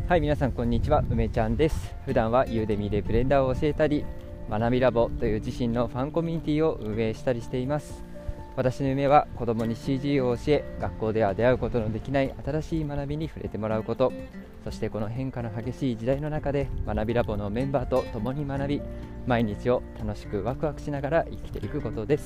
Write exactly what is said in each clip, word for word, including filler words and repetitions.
はい、皆さんこんにちは、梅ちゃんです。普段はユーデミーでブレンダーを教えたり、学びラボという自身のファンコミュニティを運営したりしています。私の夢は子供に シージー を教え、学校では出会うことのできない新しい学びに触れてもらうこと、そしてこの変化の激しい時代の中で学びラボのメンバーと共に学び、毎日を楽しくワクワクしながら生きていくことです。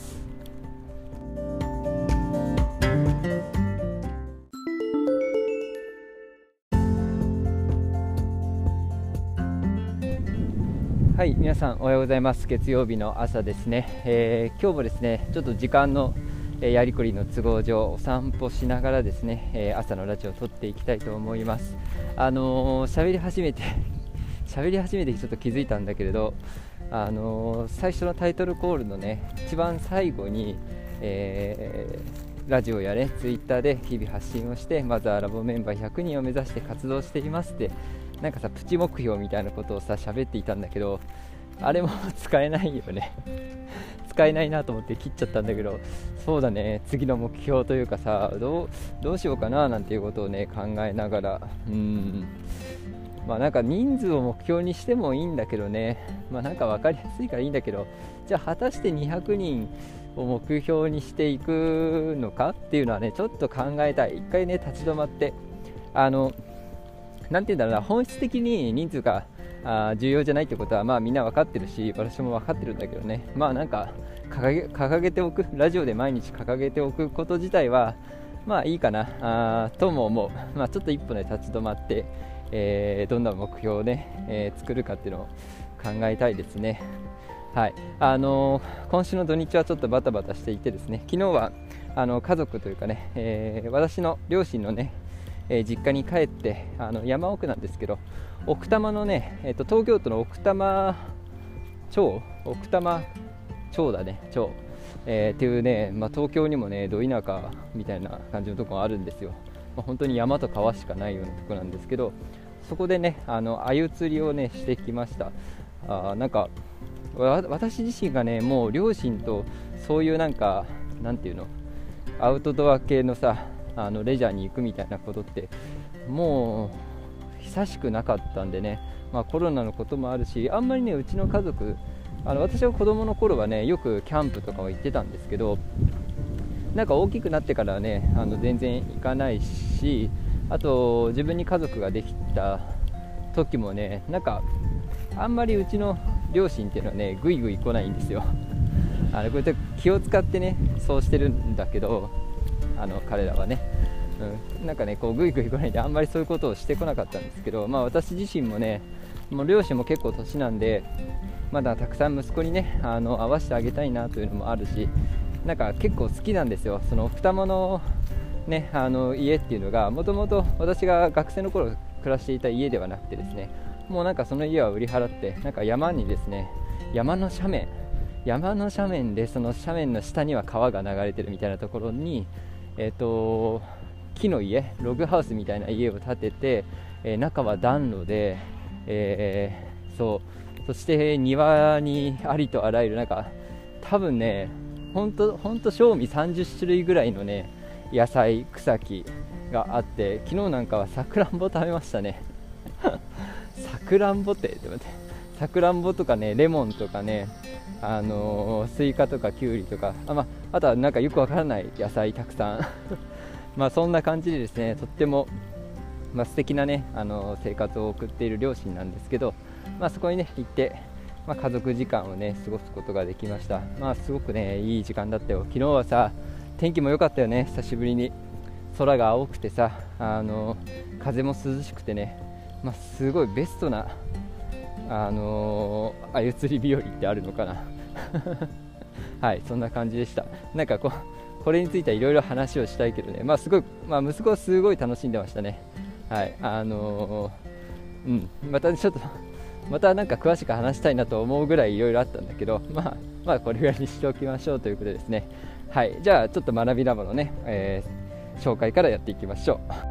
はい、皆さんおはようございます。月曜日の朝ですね、えー、今日もですねちょっと時間の、えー、やりくりの都合上お散歩しながらですね、えー、朝のラジオを撮っていきたいと思います。あのー、喋り始めて喋り始めてちょっと気づいたんだけれど、あのー、最初のタイトルコールのね一番最後に、えー、ラジオやねツイッターで日々発信をして、まずはラボメンバーひゃくにんを目指して活動していますってなんかさプチ目標みたいなことをさ喋っていたんだけど、あれも使えないよね使えないなと思って切っちゃったんだけど、そうだね、次の目標というかさ、どうどうしようかななんていうことをね考えながら、うーんまあなんか人数を目標にしてもいいんだけどね、まあなんか分かりやすいからいいんだけど、じゃあ果たしてにひゃくにんを目標にしていくのかっていうのはねちょっと考えたい。一回ね立ち止まって、あのなんていうんだろうな、本質的に人数があ重要じゃないってことはまあみんな分かってるし、私も分かってるんだけどね、まあなんか掲げ、掲げておく、ラジオで毎日掲げておくこと自体はまあいいかなあとも思う。まあちょっと一歩ね立ち止まって、えー、どんな目標をね、えー、作るかっていうのを考えたいですね。はい、あのー、今週の土日はちょっとバタバタしていてですね、昨日はあの家族というかね、えー、私の両親のねえー、実家に帰って、あの山奥なんですけど、奥多摩のね、えー、と東京都の奥多摩町奥多摩町だね町、えー、っていうね、まあ、東京にもねど田舎みたいな感じのところがあるんですよ。まあ、本当に山と川しかないようなところなんですけど、そこでねあの鮎釣りをねしてきました。あなんか私自身がねもう両親とそういうなんかなんていうのアウトドア系のさあのレジャーに行くみたいなことってもう久しくなかったんでね、まあ、コロナのこともあるし、あんまりねうちの家族、あの私は子供の頃はねよくキャンプとかは行ってたんですけど、なんか大きくなってからはねあの全然行かないし、あと自分に家族ができた時もねなんかあんまりうちの両親っていうのはねグイグイ来ないんですよ。あのこうやって気を使ってねそうしてるんだけど、あの彼らはね、うん、なんかねこうグイグイ来ないんであんまりそういうことをしてこなかったんですけど、まあ私自身もねもう両親も結構年なんで、まだたくさん息子にねあの会わせてあげたいなというのもあるし、なんか結構好きなんですよ。その奥多摩のねあの家っていうのがもともと私が学生の頃暮らしていた家ではなくてですね、もうなんかその家は売り払ってなんか山にですね、山の斜面山の斜面でその斜面の下には川が流れてるみたいなところに、えー、と木の家ログハウスみたいな家を建てて、えー、中は暖炉で、えー、そうそして庭にありとあらゆるなんか多分ね本当本当正味さんじゅっしゅるいぐらいのね野菜草木があって、昨日なんかはさくらんぼ食べましたねさくらんぼってでもねさくらんぼとかねレモンとかね、あのー、スイカとかキュウリとか、あ、まあ、あとはなんかよくわからない野菜たくさんまあそんな感じでですね、とっても、まあ、素敵なね、あのー、生活を送っている両親なんですけど、まあ、そこにね行って、まあ、家族時間をね過ごすことができました。まあすごくねいい時間だったよ。昨日はさ天気も良かったよね。久しぶりに空が青くてさ、あのー、風も涼しくてね、まあ、すごいベストなあのー、鮎釣り日和ってあるのかなはい、そんな感じでした。なんかここれについてはいろいろ話をしたいけどね、まあすごい、まあ、息子はすごい楽しんでましたね。はい、あのー、うんまたちょっとまたなんか詳しく話したいなと思うぐらいいろいろあったんだけど、まあまあこれぐらいにしておきましょうということですね。はい、じゃあちょっと学びラボのね、えー、紹介からやっていきましょう。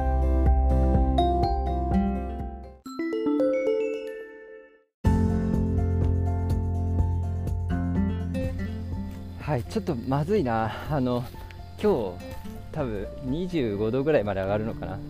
はい、ちょっとまずいな。あの今日多分にじゅうごどぐらいまで上がるのかな。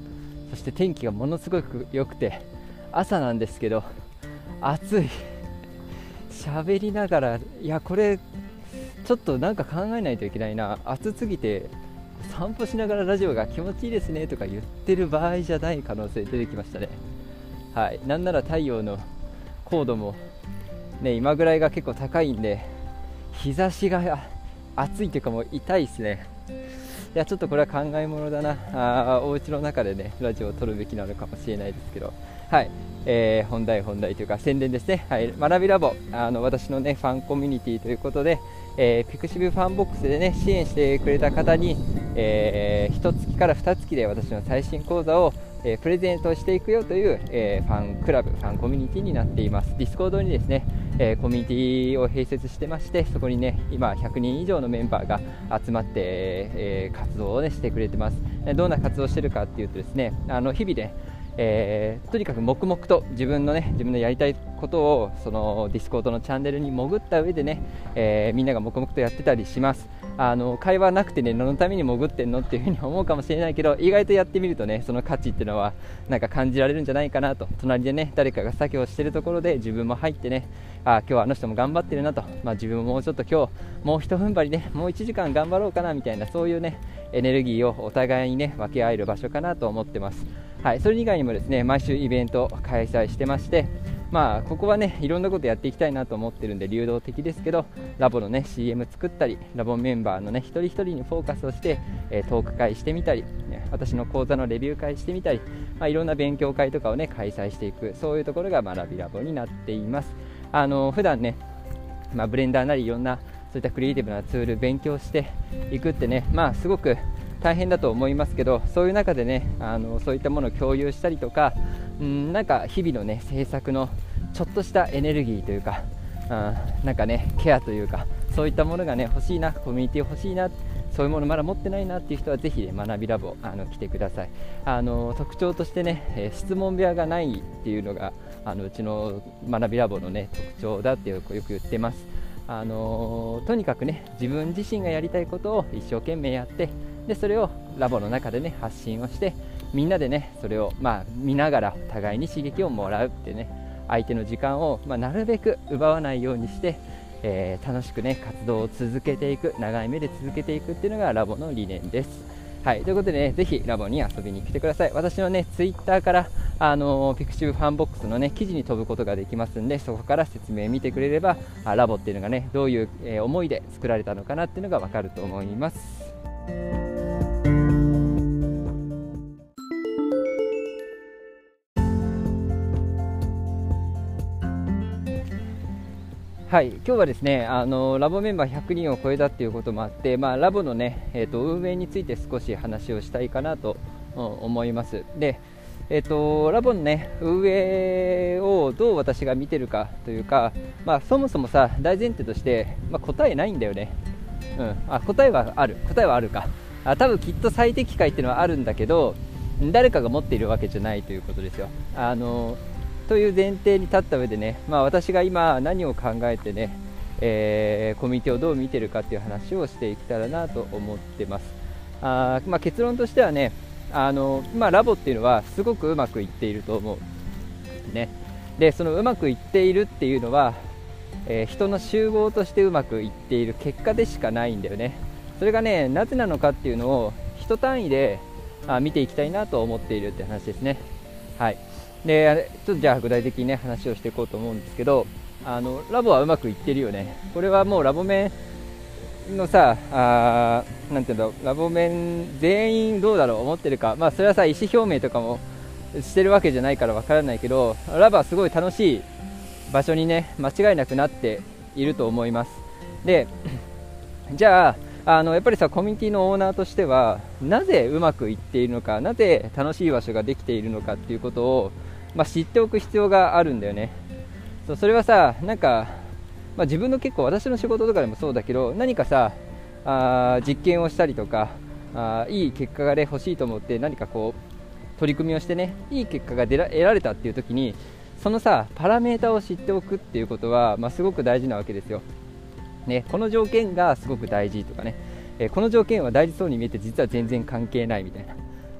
そして天気がものすごく良くて、朝なんですけど暑い。喋りながら、いやこれちょっとなんか考えないといけないな、暑すぎて散歩しながらラジオが気持ちいいですねとか言ってる場合じゃない可能性出てきましたね。はい、なんなら太陽の高度もね、今ぐらいが結構高いんで、日差しが暑いというかもう痛いですね。いやちょっとこれは考えものだな。あお家の中でねラジオを撮るべきなのかもしれないですけど、はい、えー、本題本題というか宣伝ですね。はい、学びラボ、あの私のねファンコミュニティということで、えー、ピクシブファンボックスでね支援してくれた方に、えー、いっかげつからにがつで私の最新講座を、えー、プレゼントしていくよという、えー、ファンクラブ、ファンコミュニティになっています。ディスコードにですね、えー、コミュニティを併設してまして、そこにね今ひゃくにん以上のメンバーが集まって、えー、活動を、ね、してくれてます。どんな活動をしているかっていうとですね、あの日々ね、えー、とにかく黙々と自分のね自分のやりたいことをそのディスコードのチャンネルに潜った上でね、えー、みんなが黙々とやってたりします。あの会話なくてね、何のために潜ってんのっていうふうに思うかもしれないけど、意外とやってみるとねその価値っていうのはなんか感じられるんじゃないかなと。隣でね誰かが作業しているところで自分も入ってね、あ今日はあの人も頑張ってるなと、まあ、自分ももうちょっと今日もう一踏ん張りね、もういちじかん頑張ろうかなみたいな、そういうねエネルギーをお互いにね分け合える場所かなと思ってます。はい、それ以外にもですね毎週イベントを開催してまして、まあここはねいろんなことやっていきたいなと思ってるんで流動的ですけど、ラボのね シーエム 作ったり、ラボメンバーのね一人一人にフォーカスをして、えー、トーク会してみたり、ね、私の講座のレビュー会してみたり、まあ、いろんな勉強会とかをね開催していく、そういうところが学びラボになっています。あの普段ね、まあ、ブレンダーなりいろんなそういったクリエイティブなツール勉強していくってね、まあすごく大変だと思いますけど、そういう中でねあのそういったものを共有したりとか、んなんか日々のね制作のちょっとしたエネルギーというか、うん、なんかねケアというか、そういったものがね欲しいな、コミュニティ欲しいな、そういうものまだ持ってないなっていう人はぜひ、ね、学びラボあの来てください。あの特徴としてね、えー、質問部屋がないっていうのがあのうちの学びラボのね特徴だってよく言ってます。あのとにかくね自分自身がやりたいことを一生懸命やって、でそれをラボの中でね発信をして、みんなでねそれをまあ見ながら互いに刺激をもらうってね、相手の時間を、まあ、なるべく奪わないようにして、えー、楽しくね活動を続けていく、長い目で続けていくっていうのがラボの理念です。はい、ということでね、ぜひラボに遊びに来てください。私のねツイッターからあのピクシブファンボックスのね記事に飛ぶことができますんで、そこから説明見てくれれば、あラボっていうのがねどういう、えー、思いで作られたのかなっていうのがわかると思います。はい、今日はですねあのラボメンバーひゃくにんを超えたっていうこともあって、まあ、ラボの、ねえー、と運営について少し話をしたいかなと思います。で、えー、とラボの、ね、運営をどう私が見てるかというか、まあ、そもそもさ大前提として、まあ、答えないんだよね、うん、あ答えはある答えはあるかあ多分きっと最適解っていうのはあるんだけど、誰かが持っているわけじゃないということですよ。あのという前提に立った上でね、まあ、私が今何を考えてね、えー、コミュニティをどう見てるかっていう話をしていけたらなと思ってます。あ、まあ、結論としてはね、あの、まあ、ラボっていうのはすごくうまくいっていると思う、ね、でそのうまくいっているっていうのは、えー、人の集合としてうまくいっている結果でしかないんだよね。それがねなぜなのかっていうのを一単位であ見ていきたいなと思っているって話ですね。はい、でちょっとじゃあ具体的にね話をしていこうと思うんですけど、あのラボはうまくいってるよね。これはもうラボ面のさあなんていうんだろう、ラボ面全員どうだろう思ってるか、まあそれはさ意思表明とかもしてるわけじゃないからわからないけど、ラボはすごい楽しい場所にね間違いなくなっていると思います。でじゃああのやっぱりさコミュニティのオーナーとしてはなぜうまくいっているのか、なぜ楽しい場所ができているのかっていうことを、まあ、知っておく必要があるんだよね。そうそれはさなんか、まあ、自分の結構私の仕事とかでもそうだけど、何かさあ実験をしたりとかあいい結果が、ね、欲しいと思って何かこう取り組みをしてねいい結果が出ら得られたっていう時に、そのさパラメータを知っておくっていうことは、まあ、すごく大事なわけですよ。ね、この条件がすごく大事とかね、えー、この条件は大事そうに見えて実は全然関係ないみたいな、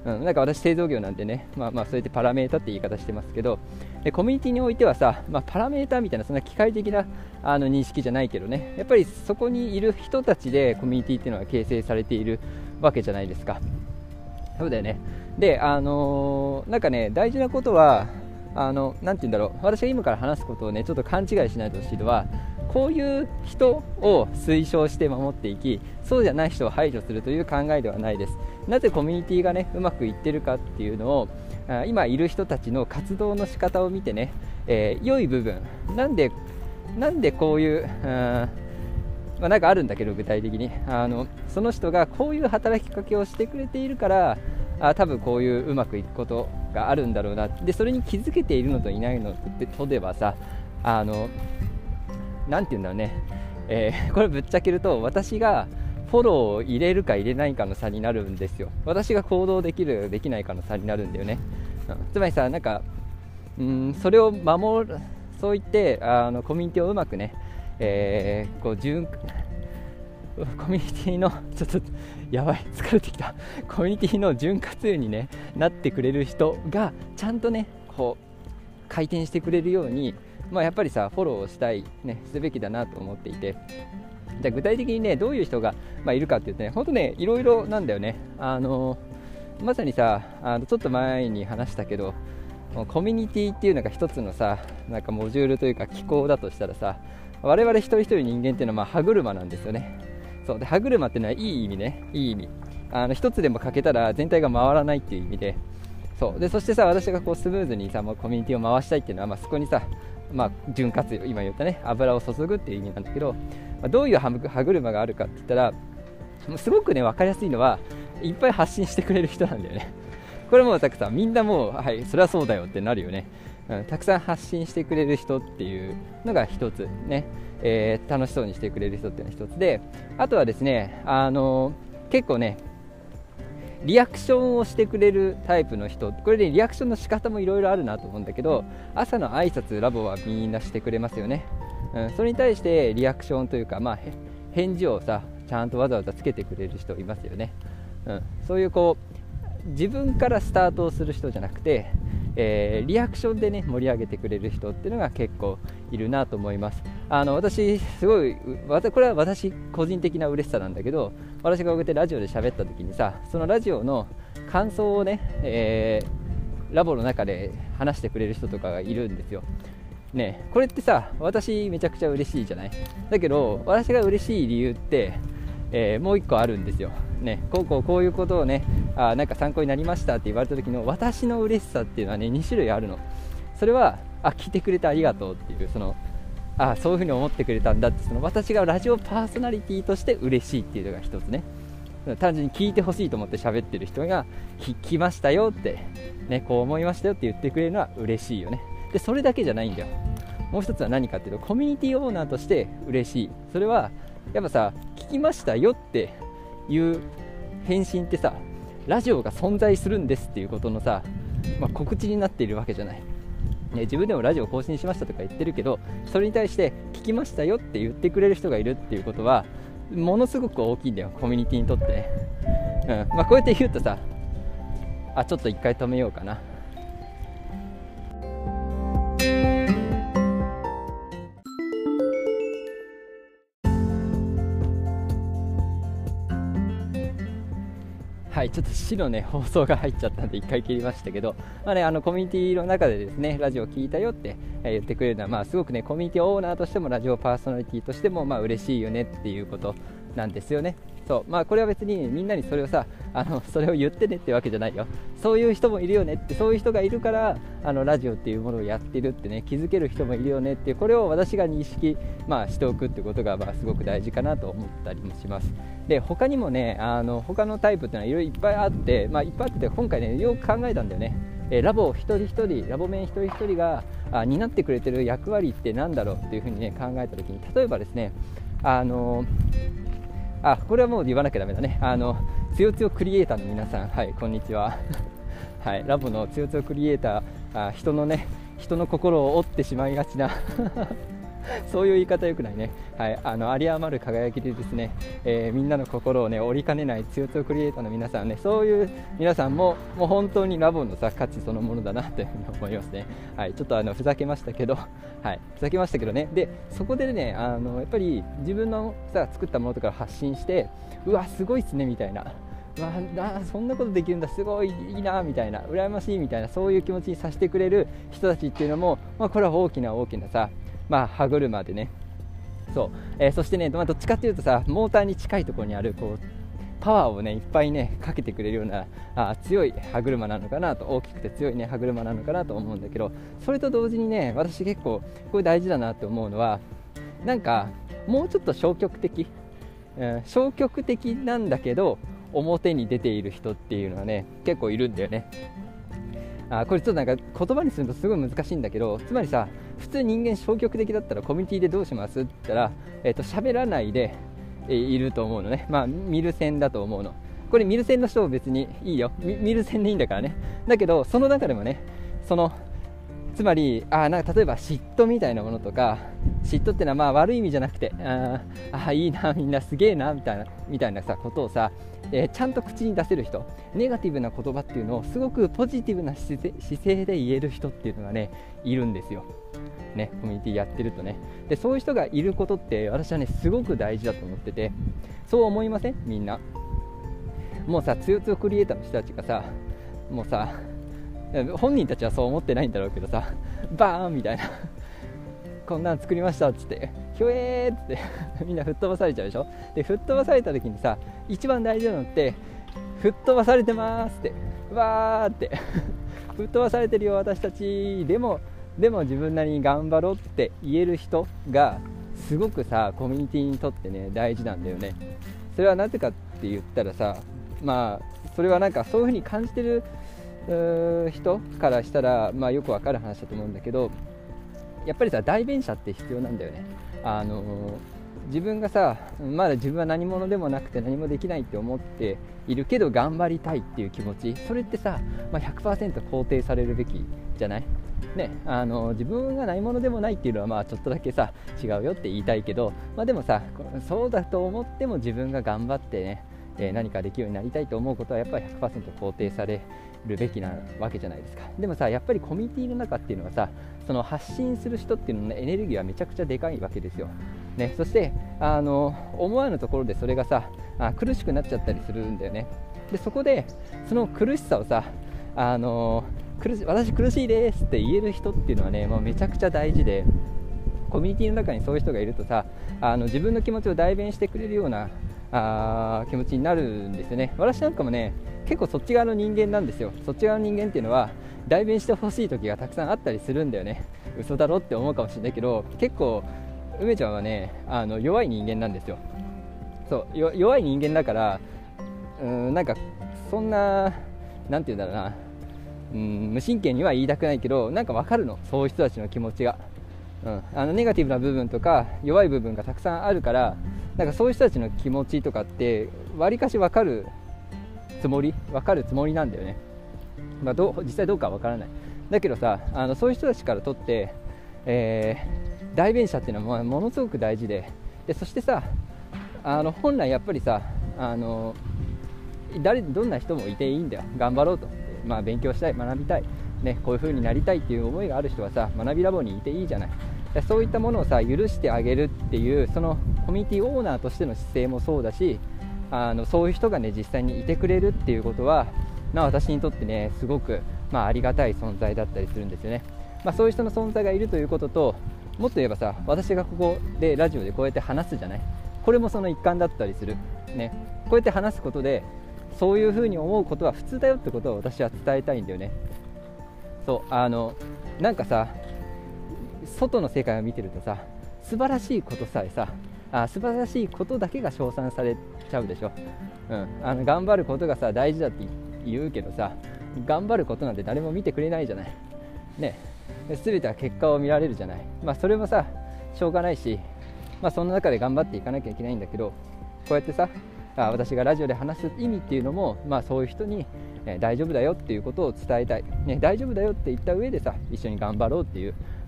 うん、なんか私製造業なんでね、まあ、まあそうやってパラメータって言い方してますけど、でコミュニティにおいてはさ、まあ、パラメータみたいなそんな機械的なあの認識じゃないけどね、やっぱりそこにいる人たちでコミュニティっていうのは形成されているわけじゃないですか。そうだよね。で、あのー、なんかね大事なことはあのなんて言うんだろう、私が今から話すことをねちょっと勘違いしないでほしいのは、こういう人を推奨して守っていき、そうじゃない人を排除するという考えではないです。なぜコミュニティがねうまくいってるかっていうのを、今いる人たちの活動の仕方を見てね、えー、良い部分、なんでなんでこういう、うんまあ、なんかあるんだけど、具体的にあのその人がこういう働きかけをしてくれているから、あ多分こういううまくいくことがあるんだろうな。でそれに気づけているのといないのとではさ、あのなんて言うんだろうね、えー、これぶっちゃけると私がフォローを入れるか入れないかの差になるんですよ。私が行動できるできないかの差になるんだよね、うん、つまりさ、なんかうんそれを守る、そう言ってあのコミュニティをうまくね、えー、こう順コミュニティのちょっとやばい疲れてきたコミュニティの潤滑油に、ね、なってくれる人がちゃんとねこう回転してくれるように、まあ、やっぱりさフォローをしたい、ね、すべきだなと思っていて、じゃ具体的にねどういう人が、まあ、いるかっていうとね、本当ねいろいろなんだよね。あのまさにさあのちょっと前に話したけど、コミュニティっていうのが一つのさなんかモジュールというか機構だとしたらさ、我々一人一人人間っていうのはまあ歯車なんですよね。そうで歯車っていうのはいい意味ね、いい意味、あの一つでも欠けたら全体が回らないっていう意味で、そうでそしてさ私がこうスムーズにさもうコミュニティを回したいっていうのは、まあ、そこにさまあ、潤滑油、今言ったね油を注ぐっていう意味なんだけど、まあ、どういう歯車があるかって言ったら、もうすごくね分かりやすいのはいっぱい発信してくれる人なんだよね。これもうたくさんみんなもうはいそれはそうだよってなるよね、うん、たくさん発信してくれる人っていうのが一つね、えー、楽しそうにしてくれる人っていうのが一つで、あとはですねあのー、結構ねリアクションをしてくれるタイプの人、これで、ね、リアクションの仕方もいろいろあるなと思うんだけど、朝の挨拶ラボはみんなしてくれますよね、うん、それに対してリアクションというか、まあ、返事をさちゃんとわざわざつけてくれる人いますよね、うん、そういうこう自分からスタートをする人じゃなくて、えー、リアクションでね盛り上げてくれる人っていうのが結構いるなと思います。あの私すごいこれは私個人的な嬉しさなんだけど、私がこうやってラジオで喋った時にさ、そのラジオの感想をね、えー、ラボの中で話してくれる人とかがいるんですよね。これってさ私めちゃくちゃ嬉しいじゃない。だけど私が嬉しい理由って、えー、もう一個あるんですよね。こうこうこういうことをねあなんか参考になりましたって言われた時の私の嬉しさっていうのはねに種類あるの。それはあ聞いてくれてありがとうっていう、そのあそういう風に思ってくれたんだって、その私がラジオパーソナリティとして嬉しいっていうのが一つね。単純に聞いてほしいと思って喋ってる人が聞きましたよって、ね、こう思いましたよって言ってくれるのは嬉しいよね。でそれだけじゃないんだよ。もう一つは何かっていうと、コミュニティオーナーとして嬉しい。それはやっぱさ聞きましたよっていう返信ってさ、ラジオが存在するんですっていうことのさ、まあ、告知になっているわけじゃない、ね、自分でもラジオ更新しましたとか言ってるけど、それに対して聞きましたよって言ってくれる人がいるっていうことはものすごく大きいんだよ、コミュニティにとってね、うんまあ、こうやって言うとさあちょっと一回止めようかな。はい、ちょっと死の、ね、放送が入っちゃったんで一回切りましたけど、まあね、あのコミュニティの中でですねラジオ聞いたよって、えー、言ってくれるのは、まあ、すごくねコミュニティオーナーとしてもラジオパーソナリティとしても、まあ、嬉しいよねっていうことなんですよね。そう、まあ、これは別にみんなにそれをさあのそれを言ってねってわけじゃないよ。そういう人もいるよねって、そういう人がいるからあのラジオっていうものをやってるってね気づける人もいるよねっていう、これを私が認識、まあ、しておくってことが、まあ、すごく大事かなと思ったりもします。で他にもねあの他のタイプっていうのはいろいろいっぱいあって、まあ、いっぱいあって今回ねよく考えたんだよね。えー、ラボ一人一人ラボメン一人一人があ担ってくれてる役割ってなんだろうっていうふうにね考えたときに、例えばですねあのあこれはもう言わなきゃダメだね。あのつよつよクリエイターの皆さん、はいこんにちははい、ラボのつよつよクリエイター、あ人のね人の心を折ってしまいがちなそういう言い方よくないね。はい、あの有り余る輝きでですね、えー、みんなの心をね折りかねないつよつよクリエイターの皆さんね、そういう皆さんももう本当にラボのさ価値そのものだなというふうに思いますね。はい、ちょっとあのふざけましたけど、はい、ふざけましたけどね。でそこでね、あのやっぱり自分のさ作ったものとか発信して、うわすごいっすねみたいな、うわあそんなことできるんだ、すごいいいなみたいな、羨ましいみたいな、そういう気持ちにさせてくれる人たちっていうのも、まあ、これは大きな大きなさ、まあ、歯車でね、そう、えー、そしてね、まあ、どっちかっていうとさ、モーターに近いところにあるこうパワーをねいっぱいねかけてくれるようなあ強い歯車なのかなと、大きくて強いね歯車なのかなと思うんだけど、それと同時にね、私結構これ大事だなと思うのは、なんかもうちょっと消極的、うん、消極的なんだけど表に出ている人っていうのはね結構いるんだよね。あこれちょっとなんか言葉にするとすごい難しいんだけど、つまりさ、普通人間消極的だったらコミュニティでどうしますって言ったら、えーと、喋らないで、えー、いると思うのね。まあ見る線だと思うの。これ見る線の人は別にいいよ、見る線でいいんだからね。だけどその中でもね、そのつまりあなんか例えば嫉妬みたいなものとか、嫉妬ってのはまあ悪い意味じゃなくて、ああいいなみんなすげえなみたいなみたいなさことをさ、えー、ちゃんと口に出せる人、ネガティブな言葉っていうのをすごくポジティブな姿勢、姿勢で言える人っていうのがねいるんですよね、コミュニティやってるとね。でそういう人がいることって私はねすごく大事だと思ってて、そう思いません？みんなもうさ、つよつよクリエイターの人たちがさ、もうさ本人たちはそう思ってないんだろうけどさ、バーンみたいなこんなん作りましたっつってひょえーっつってみんな吹っ飛ばされちゃうでしょ。で吹っ飛ばされた時にさ、一番大事なのって吹っ飛ばされてますってわーって吹っ飛ばされてるよ私たち、でもでも自分なりに頑張ろうって言える人がすごくさコミュニティにとってね大事なんだよね。それはなぜかって言ったらさ、まあそれはなんかそういう風に感じてる人からしたら、まあ、よくわかる話だと思うんだけど、やっぱりさ代弁者って必要なんだよね。あの自分がさまだ自分は何者でもなくて何もできないって思っているけど頑張りたいっていう気持ち、それってさ、まあ、ひゃくパーセント 肯定されるべきじゃないね。あの自分が何者でもないっていうのはまあちょっとだけさ違うよって言いたいけど、まあ、でもさそうだと思っても自分が頑張ってね、えー、何かできるようになりたいと思うことはやっぱり ひゃくパーセント 肯定されるべきなわけじゃないですか。でもさやっぱりコミュニティの中っていうのはさ、その発信する人っていうのの、ね、エネルギーはめちゃくちゃでかいわけですよ、ね、そしてあの思わぬところでそれがさあ苦しくなっちゃったりするんだよね。でそこでその苦しさをさあの苦し私苦しいですって言える人っていうのはねもうめちゃくちゃ大事で、コミュニティの中にそういう人がいるとさ、あの自分の気持ちを代弁してくれるようなあ気持ちになるんですよね。私なんかもね結構そっち側の人間なんですよ。そっち側の人間っていうのは代弁してほしい時がたくさんあったりするんだよね。嘘だろって思うかもしれないけど、結構梅ちゃんはねあの弱い人間なんですよ。そうよ弱い人間だから、うーんなんかそんななんて言うんだろうな、うん無神経には言いたくないけど、なんか分かるの、そういう人たちの気持ちが、うん、あのネガティブな部分とか弱い部分がたくさんあるから、なんかそういう人たちの気持ちとかってわりかし分かるつもり分かるつもりなんだよね。まあ、どう実際どうかは分からない。だけどさあのそういう人たちからとって、えー、代弁者っていうのはものすごく大事で、でそしてさあの本来やっぱりさあの誰どんな人もいていいんだよ。頑張ろうと、まあ、勉強したい学びたい、ね、こういう風になりたいっていう思いがある人はさ学びラボにいていいじゃない。そういったものをさ許してあげるっていうそのコミュニティオーナーとしての姿勢もそうだし、あのそういう人がね実際にいてくれるっていうことは、まあ、私にとってねすごく、まあ、ありがたい存在だったりするんですよね。まあ、そういう人の存在がいるということと、もっと言えばさ私がここでラジオでこうやって話すじゃない、これもその一環だったりする、ね、こうやって話すことでそういうふうに思うことは普通だよってことを私は伝えたいんだよね。そうあのなんかさ外の世界を見てるとさ素晴らしいことさえさあ素晴らしいことだけが称賛されちゃうでしょ、うん、あの頑張ることがさ大事だって言うけどさ頑張ることなんて誰も見てくれないじゃないね。全ては結果を見られるじゃない。まあそれもさしょうがないし、まあその中で頑張っていかなきゃいけないんだけど、こうやってさあ私がラジオで話す意味っていうのも、まあそういう人に、えー、大丈夫だよっていうことを伝えたい、ね、大丈夫だよって言った上でさ一緒に頑張ろうっていう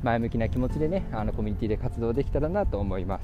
前向きな気持ちでね、あのコミュニティで活動できたらなと思います。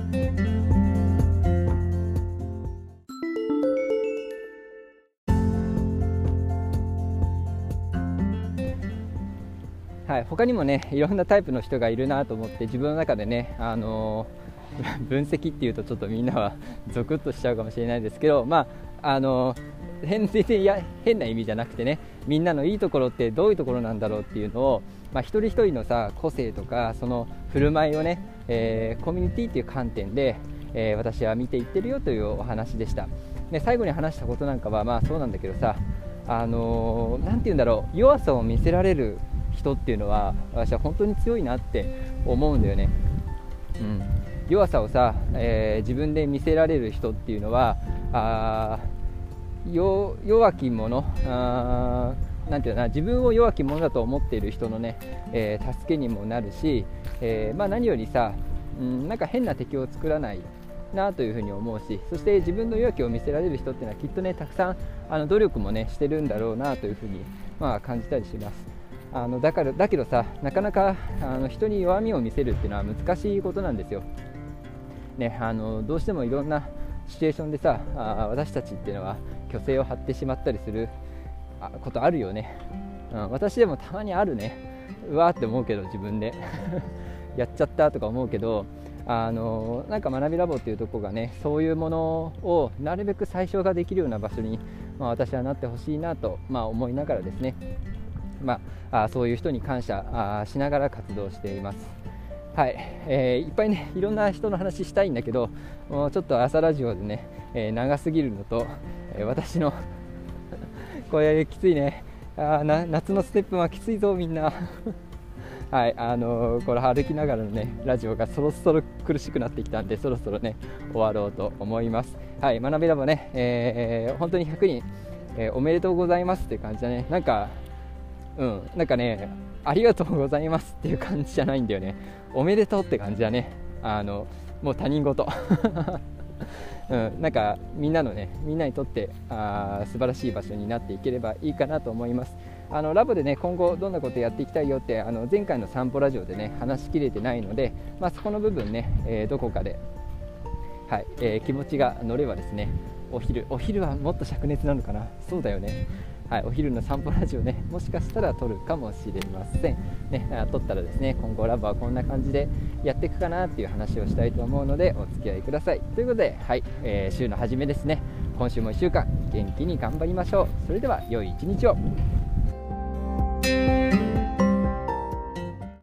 はい、他にもねいろんなタイプの人がいるなと思って、自分の中でね、あのー、分析っていうとちょっとみんなはゾクッとしちゃうかもしれないですけど、まああのー、変, 全然や変な意味じゃなくてね、みんなのいいところってどういうところなんだろうっていうのを、まあ、一人一人のさ個性とかその振る舞いをね、えー、コミュニティっていう観点で、えー、私は見ていってるよというお話でした。で最後に話したことなんかはまあそうなんだけどさ、あのー、なんて言うんだろう、弱さを見せられる人っていうのは私は本当に強いなって思うんだよね。うん、弱さをさ、えー、自分で見せられる人っていうのはあよ弱き者、あなんていうのかな、自分を弱き者だと思っている人のね、えー、助けにもなるし、えーまあ、何よりさ、うん、なんか変な敵を作らないなというふうに思うし、そして自分の弱きを見せられる人っていうのはきっとねたくさんあの努力もねしてるんだろうなというふうに、まあ、感じたりします。あのだからだけどさ、なかなかあの人に弱みを見せるっていうのは難しいことなんですよ、ね、あのどうしてもいろんなシチュエーションでさ、あ私たちっていうのは虚勢を張ってしまったりすることあるよね、うん、私でもたまにあるね、うわーって思うけど自分でやっちゃったとか思うけど、あのなんか学びラボっていうところがね、そういうものをなるべく最小化できるような場所に、まあ、私はなってほしいなと、まあ、思いながらですね、まあ、あそういう人に感謝あしながら活動しています。はい、えー、いっぱいねいろんな人の話したいんだけど、もうちょっと朝ラジオでね、えー、長すぎるのと、えー、私のこれきついね、あな夏のステップはきついぞみんなはい、あのー、これ歩きながらのねラジオがそろそろ苦しくなってきたんで、そろそろね終わろうと思います。はい、学びラボね、えー、本当にひゃくにん、えー、おめでとうございますって感じだね。なんかうん、なんかね、ありがとうございますっていう感じじゃないんだよね。おめでとうって感じだね。あのもう他人事、うん、なんかみんなのね、みんなにとってあ素晴らしい場所になっていければいいかなと思います。あのラボでね、今後どんなことやっていきたいよってあの前回の散歩ラジオでね話しきれてないので、まあ、そこの部分ね、えー、どこかで、はいえー、気持ちが乗ればですね、お昼お昼はもっと灼熱なのかな、そうだよね。はい、お昼の散歩ラジオね、もしかしたら撮るかもしれません、ね、撮ったらですね、今後ラボはこんな感じでやっていくかなっていう話をしたいと思うのでお付き合いください。ということで、はいえー、週の初めですね、今週もいっしゅうかん元気に頑張りましょう。それでは良い一日を。